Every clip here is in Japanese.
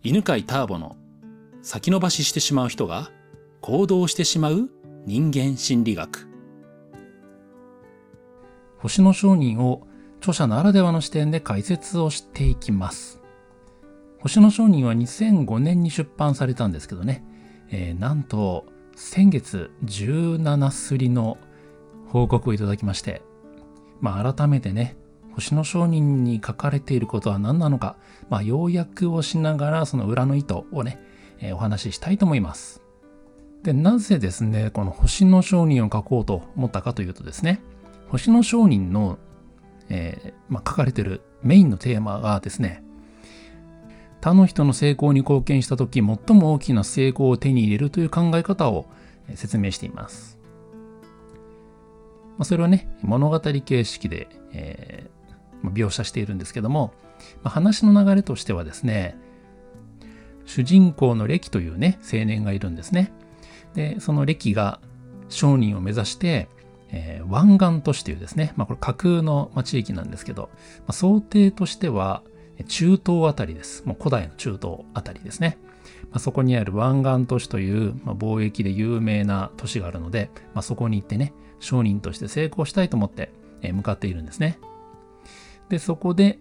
犬飼ターボの先延ばししてしまう人が行動してしまう人間心理学。 星野商人を著者ならではの視点で解説をしていきます。星野商人は2005年に出版されたんですけどね、なんと先月17すりの報告をいただきまして、改めてね、星野商人に書かれていることは何なのか、要約をしながらその裏の意図をね、お話ししたいと思います。で、なぜですね、この星野商人を書こうと思ったかというとですね、星野商人の、書かれているメインのテーマがですね、他の人の成功に貢献したとき、最も大きな成功を手に入れるという考え方を説明しています。それはね、物語形式で、描写しているんですけども、話の流れとしてはですね、主人公のレキというね、青年がいるんですね。で、そのレキが商人を目指して、湾岸都市というですね、これ架空の地域なんですけど、想定としては中東あたりです。もう古代の中東あたりですね。そこにある湾岸都市という、貿易で有名な都市があるので、そこに行ってね、商人として成功したいと思って、向かっているんですね。で、そこで、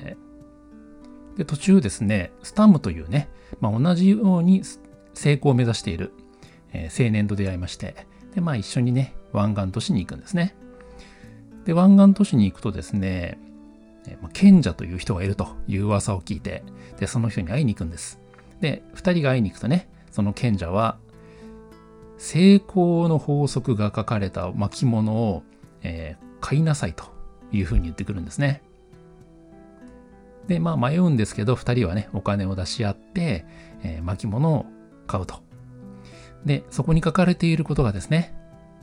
途中ですね、スタムというね、同じように成功を目指している、青年と出会いまして、で、一緒にね、湾岸都市に行くんですね。で、湾岸都市に行くとですね、賢者という人がいるという噂を聞いて、で、その人に会いに行くんです。で、二人が会いに行くとね、その賢者は、成功の法則が書かれた巻物を、買いなさいというふうに言ってくるんですね。で、迷うんですけど、二人はね、お金を出し合って、巻物を買うと。で、そこに書かれていることがですね、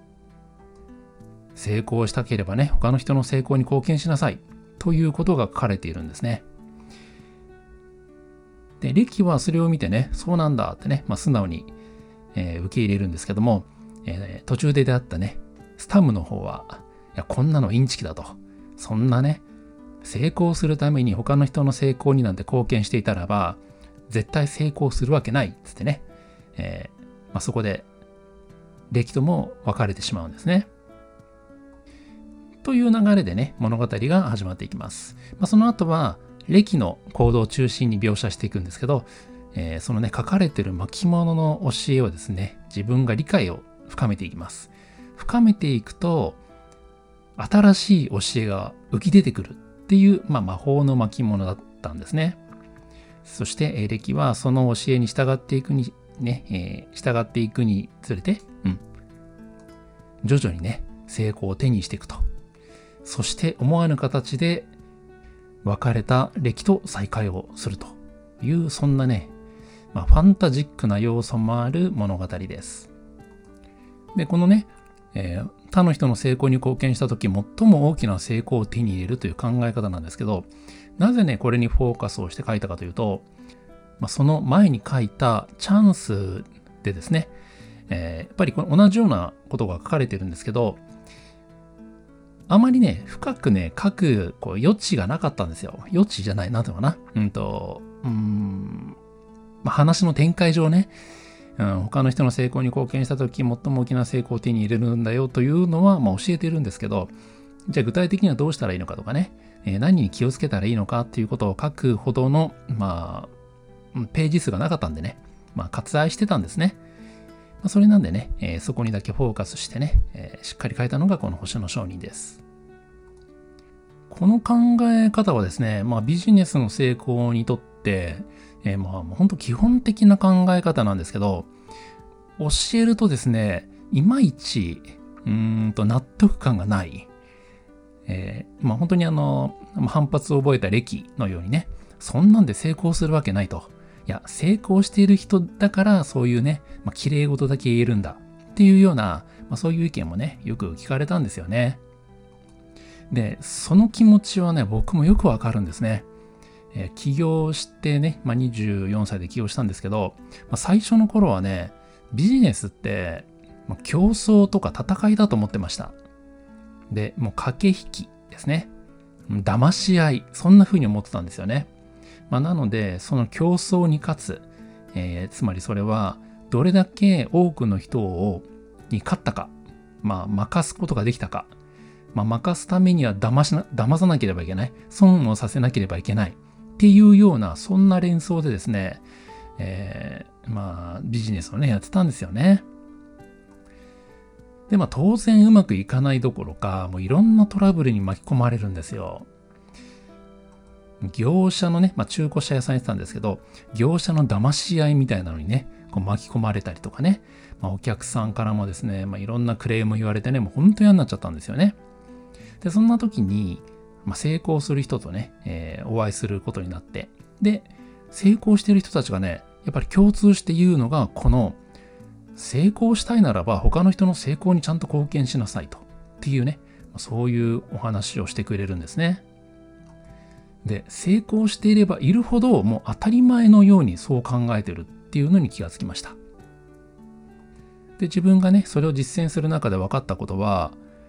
成功したければね、他の人の成功に貢献しなさいということが書かれているんですね。で、レキはそれを見てね、そうなんだってね、素直に、受け入れるんですけども、途中で出会ったね、スタムの方は、いや、こんなのインチキだと。そんなね、成功するために他の人の成功になんて貢献していたらば、絶対成功するわけないっつってね、そこで、レキとも別れてしまうんですね。という流れでね、物語が始まっていきます。その後は、レキの行動を中心に描写していくんですけど、そのね、書かれている巻物の教えをですね、自分が理解を深めていきます。深めていくと、新しい教えが浮き出てくるっていう、魔法の巻物だったんですね。そして、レキはその教えに従っていくにつれて、徐々にね、成功を手にしていくと。そして思わぬ形で別れたレキと再会をするという、そんなね、ファンタジックな要素もある物語です。で、このね、他の人の成功に貢献したとき、最も大きな成功を手に入れるという考え方なんですけど、なぜね、これにフォーカスをして書いたかというと、その前に書いたチャンスでですね、やっぱり同じようなことが書かれてるんですけど、あまりね、深くね、書く余地がなかったんですよ。余地じゃない、なんていうのかな。話の展開上ね、他の人の成功に貢献したとき、最も大きな成功を手に入れるんだよというのは、教えているんですけど、じゃあ具体的にはどうしたらいいのかとかね、何に気をつけたらいいのかっていうことを書くほどの、ページ数がなかったんでね、割愛してたんですね。それなんでね、そこにだけフォーカスしてね、しっかり書いたのがこの星野商人です。この考え方はですね、ビジネスの成功にとって、本当基本的な考え方なんですけど、教えるとですね、いまいち、納得感がない。本当に反発を覚えたレキのようにね、そんなんで成功するわけないと。いや、成功している人だからそういうね、綺麗事だけ言えるんだっていうような、そういう意見もね、よく聞かれたんですよね。で、その気持ちはね、僕もよくわかるんですね。起業してね、24歳で起業したんですけど、最初の頃はね、ビジネスって、競争とか戦いだと思ってました。で、もう駆け引きですね。騙し合い、そんな風に思ってたんですよね。 なので、その競争に勝つ、つまりそれは、どれだけ多くの人に勝ったか、任すことができたか、任すためには騙さなければいけない、損をさせなければいけないっていうような、そんな連想でですね、ビジネスをね、やってたんですよね。で、当然うまくいかないどころか、もういろんなトラブルに巻き込まれるんですよ。業者のね、中古車屋さんやってたんですけど、業者の騙し合いみたいなのにね、巻き込まれたりとかね、お客さんからもですね、いろんなクレーム言われてね、もう本当に嫌になっちゃったんですよね。で、そんな時に、成功する人とね、お会いすることになって、で、成功してる人たちがね、やっぱり共通して言うのが、この、成功したいならば他の人の成功にちゃんと貢献しなさいとっていうね、そういうお話をしてくれるんですね。で、成功していればいるほどもう当たり前のようにそう考えてるっていうのに気がつきました。で、自分がね、それを実践する中で分かったことは、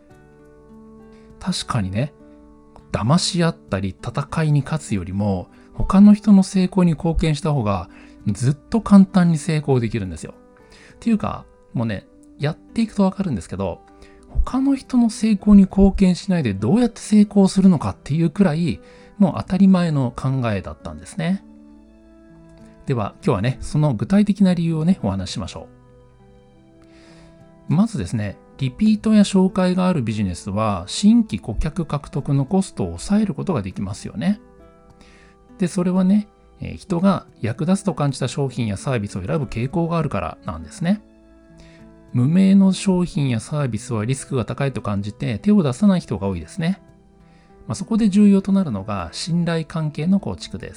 確かにね、騙し合ったり戦いに勝つよりも他の人の成功に貢献した方がずっと簡単に成功できるんですよ。っていうか、もうね、やっていくとわかるんですけど、他の人の成功に貢献しないでどうやって成功するのかっていうくらい、もう当たり前の考えだったんですね。では、今日はね、その具体的な理由をね、お話ししましょう。まずですね、リピートや紹介があるビジネスは、新規顧客獲得のコストを抑えることができますよね。で、それはね、人が役立つと感じた商品やサービスを選ぶ傾向があるからなんですね。無名の商品やサービスはリスクが高いと感じて手を出さない人が多いですね。そこで重要となるのが信頼関係の構築です。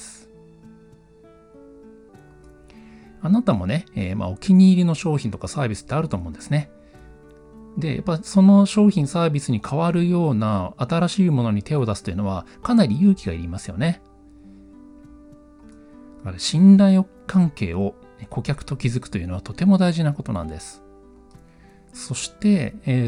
あなたもね、お気に入りの商品とかサービスってあると思うんですね。で、やっぱその商品サービスに代わるような新しいものに手を出すというのはかなり勇気がいりますよね。だから信頼関係を顧客と築くというのはとても大事なことなんです。そして、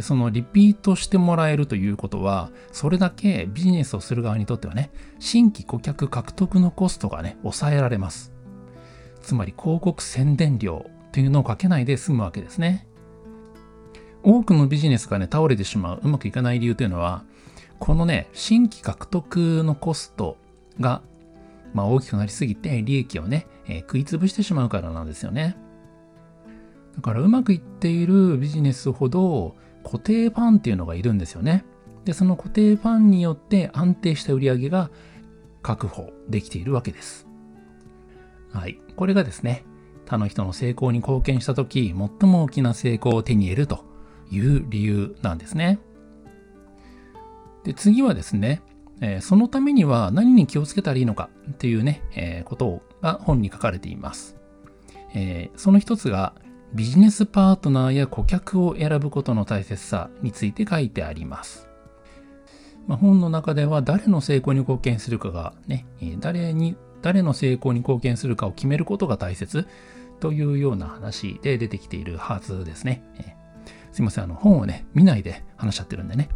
そのリピートしてもらえるということは、それだけビジネスをする側にとってはね、新規顧客獲得のコストがね、抑えられます。つまり広告宣伝料というのをかけないで済むわけですね。多くのビジネスがね、倒れてしまう、うまくいかない理由というのは、このね、新規獲得のコストが大きくなりすぎて利益をね、食い潰してしまうからなんですよね。だからうまくいっているビジネスほど固定ファンっていうのがいるんですよね。で、その固定ファンによって安定した売り上げが確保できているわけです。はい。これがですね、他の人の成功に貢献したとき、最も大きな成功を手に入れるという理由なんですね。で、次はですね、そのためには何に気をつけたらいいのかっていうね、ことが本に書かれています。その一つがビジネスパートナーや顧客を選ぶことの大切さについて書いてあります。本の中では誰の成功に貢献するかがね、誰の成功に貢献するかを決めることが大切というような話で出てきているはずですね。すいません、本をね、見ないで話しちゃってるんでね。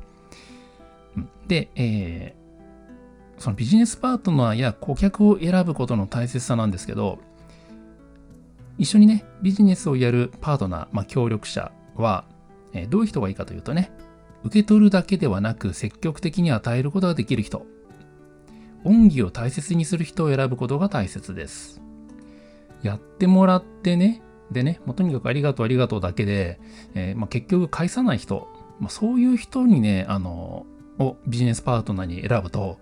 で、そのビジネスパートナーや顧客を選ぶことの大切さなんですけど、一緒にね、ビジネスをやるパートナー、協力者は、どういう人がいいかというとね、受け取るだけではなく積極的に与えることができる人、恩義を大切にする人を選ぶことが大切です。やってもらってね、でね、とにかくありがとうありがとうだけで、結局返さない人、そういう人にね、をビジネスパートナーに選ぶと、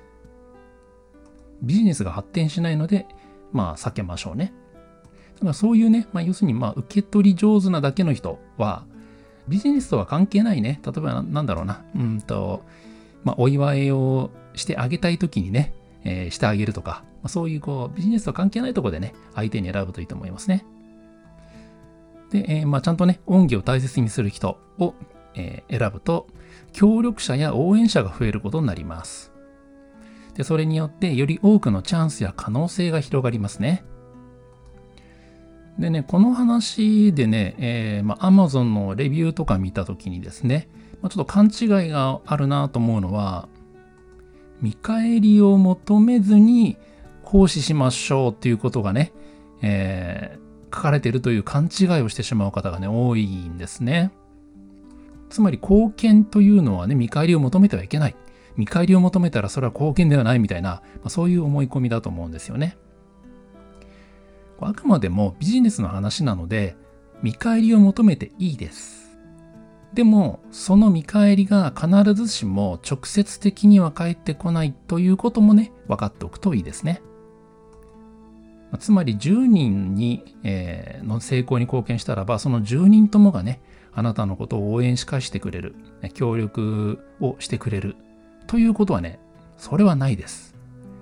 ビジネスが発展しないので、避けましょうね。だからそういうね、要するに受け取り上手なだけの人は、ビジネスとは関係ないね、例えばなんだろうな、お祝いをしてあげたいときにね、してあげるとか、そういうビジネスとは関係ないところでね、相手に選ぶといいと思いますね。で、ちゃんとね、恩義を大切にする人を、選ぶと、協力者や応援者が増えることになります。で、それによってより多くのチャンスや可能性が広がりますね。でね、この話でね、Amazon のレビューとか見たときにですね、ちょっと勘違いがあるなと思うのは、見返りを求めずに行使しましょうっていうことがね、書かれているという勘違いをしてしまう方がね、多いんですね。つまり貢献というのはね、見返りを求めてはいけない。見返りを求めたらそれは貢献ではないみたいな、そういう思い込みだと思うんですよね。あくまでもビジネスの話なので、見返りを求めていいです。でも、その見返りが必ずしも直接的には返ってこないということもね、分かっておくといいですね。つまり10人に、の成功に貢献したらば、その10人ともがね、あなたのことを応援し返してくれる、協力をしてくれるということはね、それはないです。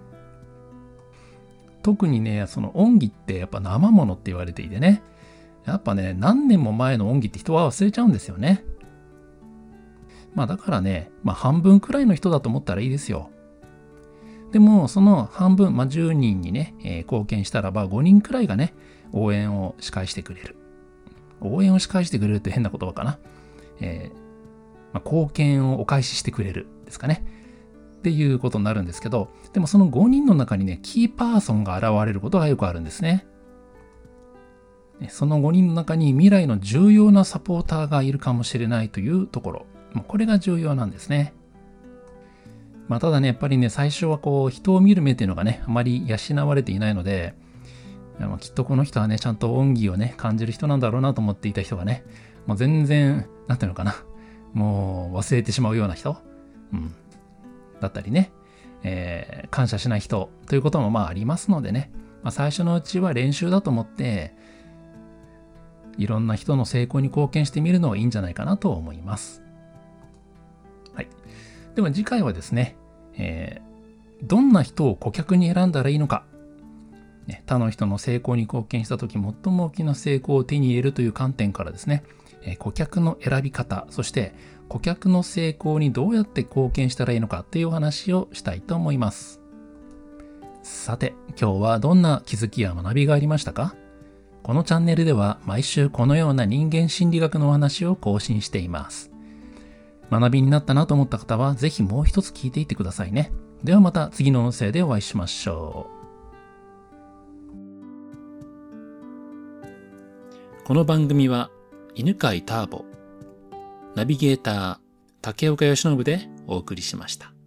特にね、その恩義ってやっぱ生ものって言われていてね、やっぱね、何年も前の恩義って人は忘れちゃうんですよね。だからね、半分くらいの人だと思ったらいいですよ。でも、その半分、10人にね、貢献したらば5人くらいがね、応援を仕返してくれる。応援を仕返してくれるって変な言葉かな。貢献をお返ししてくれるですかね。っていうことになるんですけど、でもその5人の中にね、キーパーソンが現れることがよくあるんですね。その5人の中に未来の重要なサポーターがいるかもしれないというところ。これが重要なんですね。ただね、やっぱりね、最初は人を見る目っていうのがね、あまり養われていないので、きっとこの人はね、ちゃんと恩義をね、感じる人なんだろうなと思っていた人がね、もう全然、なんていうのかな、もう忘れてしまうような人、だったりね、感謝しない人ということもありますのでね、最初のうちは練習だと思って、いろんな人の成功に貢献してみるのがいいんじゃないかなと思います。はい。では次回はですね、どんな人を顧客に選んだらいいのか、他の人の成功に貢献したとき最も大きな成功を手に入れるという観点からですね、顧客の選び方、そして顧客の成功にどうやって貢献したらいいのかというお話をしたいと思います。さて、今日はどんな気づきや学びがありましたか？このチャンネルでは毎週このような人間心理学のお話を更新しています。学びになったなと思った方はぜひもう一つ聞いていってくださいね。ではまた次の音声でお会いしましょう。 この番組は犬飼ターボ、ナビゲーター竹岡由伸でお送りしました。